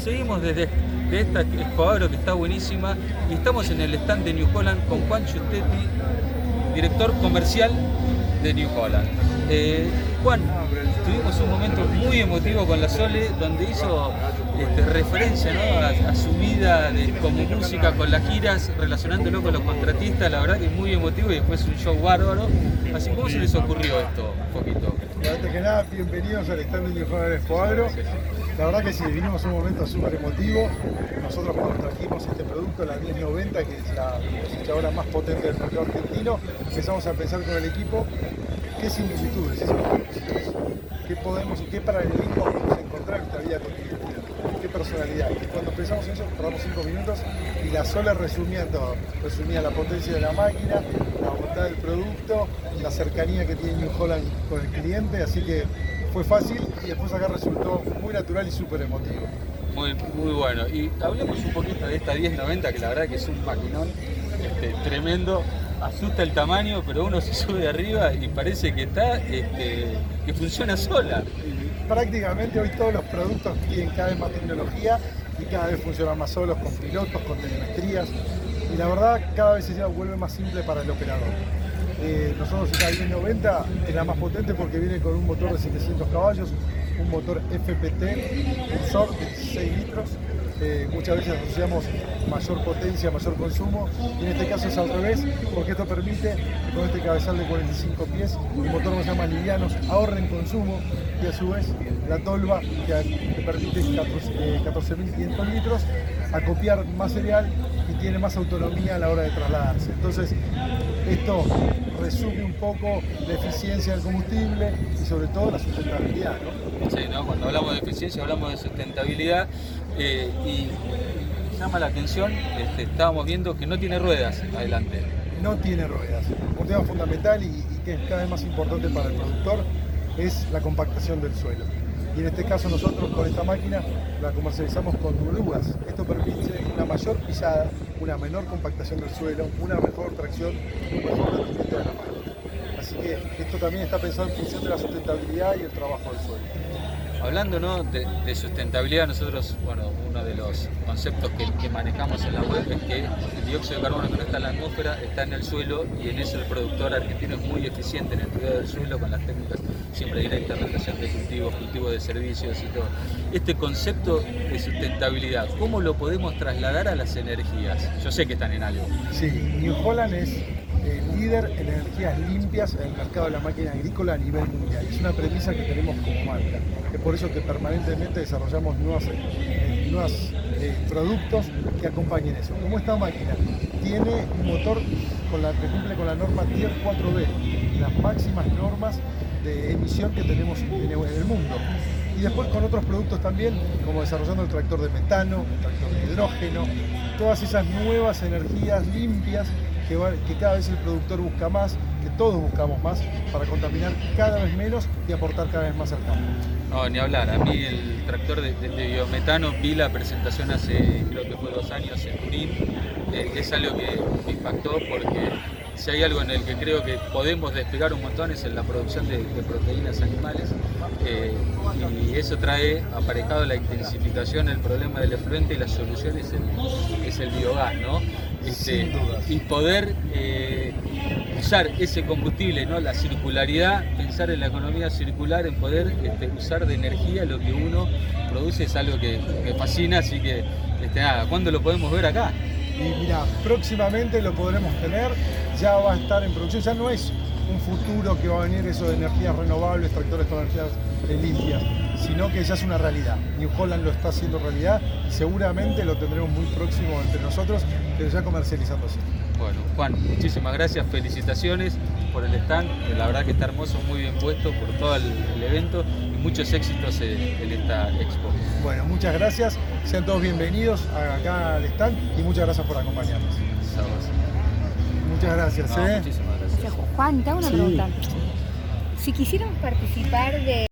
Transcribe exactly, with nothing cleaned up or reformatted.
seguimos desde, desde esta Expo Agro que está buenísima y estamos en el stand de New Holland con Juan Giustetti, director comercial de New Holland. Eh, Juan, tuvimos un momento muy emotivo con la Sole donde hizo este, referencia, ¿no?, a, a su vida de, como música con las giras, relacionándolo con los contratistas. La verdad que es muy emotivo y después un show bárbaro. Así, ¿cómo se les ocurrió esto un poquito? Antes que nada, bienvenidos al stand de New Holland Expo Agro. La verdad que sí, vivimos un momento súper emotivo. Nosotros cuando trajimos este producto, la diez noventa, que es la cosechadora más potente del mercado argentino, empezamos a pensar con el equipo qué similitudes, qué podemos y qué paralelismo podemos encontrar en esta vida cotidiana, qué personalidad. Y cuando pensamos en eso, tardamos cinco minutos y la Sole resumía todo. Resumía la potencia de la máquina, la bondad del producto, la cercanía que tiene New Holland con el cliente, así que fue fácil y después acá resultó muy natural y súper emotivo. Muy, muy bueno. Y hablemos un poquito de esta diez noventa, que la verdad que es un maquinón este, tremendo. Asusta el tamaño, pero uno se sube arriba y parece que está, este, que funciona sola. Prácticamente hoy todos los productos tienen cada vez más tecnología y cada vez funcionan más solos, con pilotos, con telemetrías. Y la verdad, cada vez se vuelve más simple para el operador. Eh, nosotros esta diez noventa es la más potente porque viene con un motor de setecientos caballos, un motor F P T, cursor de dieciséis litros. Eh, muchas veces asociamos mayor potencia, mayor consumo, y en este caso es al revés, porque esto permite que con este cabezal de cuarenta y cinco pies el motor vaya más livianos, ahorren consumo, y a su vez la tolva que, que permite catorce mil quinientos litros, acopiar más cereal y tiene más autonomía a la hora de trasladarse. Entonces esto resume un poco la eficiencia del combustible y sobre todo la sustentabilidad, ¿no? Sí, ¿no? Cuando hablamos de eficiencia hablamos de sustentabilidad eh, y llama la atención, este, estábamos viendo que no tiene ruedas adelante. No tiene ruedas. Un tema fundamental y, y que es cada vez más importante para el productor es la compactación del suelo. Y en este caso nosotros con esta máquina la comercializamos con orugas. Esto permite una mayor pisada, una menor compactación del suelo, una mejor tracción y un mejor rendimiento de la máquina. Así que esto también está pensado en función de la sustentabilidad y el trabajo del suelo. Hablando, ¿no?, de, de sustentabilidad, nosotros, bueno, uno de los conceptos que, que manejamos en la web es que el dióxido de carbono que no está en la atmósfera está en el suelo, y en eso el productor argentino es muy eficiente en el cuidado del suelo con las técnicas siempre directas, rotación de cultivos, cultivos de servicios y todo. Este concepto de sustentabilidad, ¿cómo lo podemos trasladar a las energías? Yo sé que están en algo. Sí, New Holland es el líder en energías limpias en el mercado de la máquina agrícola a nivel mundial. Es una premisa que tenemos como marca. Es por eso que permanentemente desarrollamos nuevos eh, nuevos, eh, productos que acompañen eso. Como esta máquina tiene un motor con la, que cumple con la norma Tier cuatro B, las máximas normas de emisión que tenemos en el mundo. Y después con otros productos también, como desarrollando el tractor de metano, el tractor de hidrógeno, todas esas nuevas energías limpias que, va, que cada vez el productor busca más, que todos buscamos más, para contaminar cada vez menos y aportar cada vez más al campo. No, ni hablar. A mí el tractor de, de, de biometano, vi la presentación hace, creo que fue dos años en Turín, eh, es algo que me impactó porque si hay algo en el que creo que podemos despegar un montón es en la producción de, de proteínas animales, eh, y eso trae aparejado la intensificación, el problema del efluente, y la solución es el, es el biogás, ¿no? Este, y poder eh, usar ese combustible, ¿no?, la circularidad, pensar en la economía circular, en poder este, usar de energía lo que uno produce, es algo que me fascina, así que este, nada, ¿cuándo lo podemos ver acá? Y mira, próximamente lo podremos tener, ya va a estar en producción, ya no es un futuro que va a venir eso de energías renovables, tractores con energías limpias, sino que ya es una realidad. New Holland lo está haciendo realidad y seguramente lo tendremos muy próximo entre nosotros, pero ya comercializándose. Bueno, Juan, muchísimas gracias, felicitaciones por el stand, la verdad que está hermoso, muy bien puesto por todo el, el evento y muchos éxitos en, en esta expo. Bueno, muchas gracias, sean todos bienvenidos acá al stand y muchas gracias por acompañarnos. Sabes. Muchas gracias. No, ¿eh? muchísimas gracias. Juan, te hago una Sí. pregunta. Si quisiéramos participar de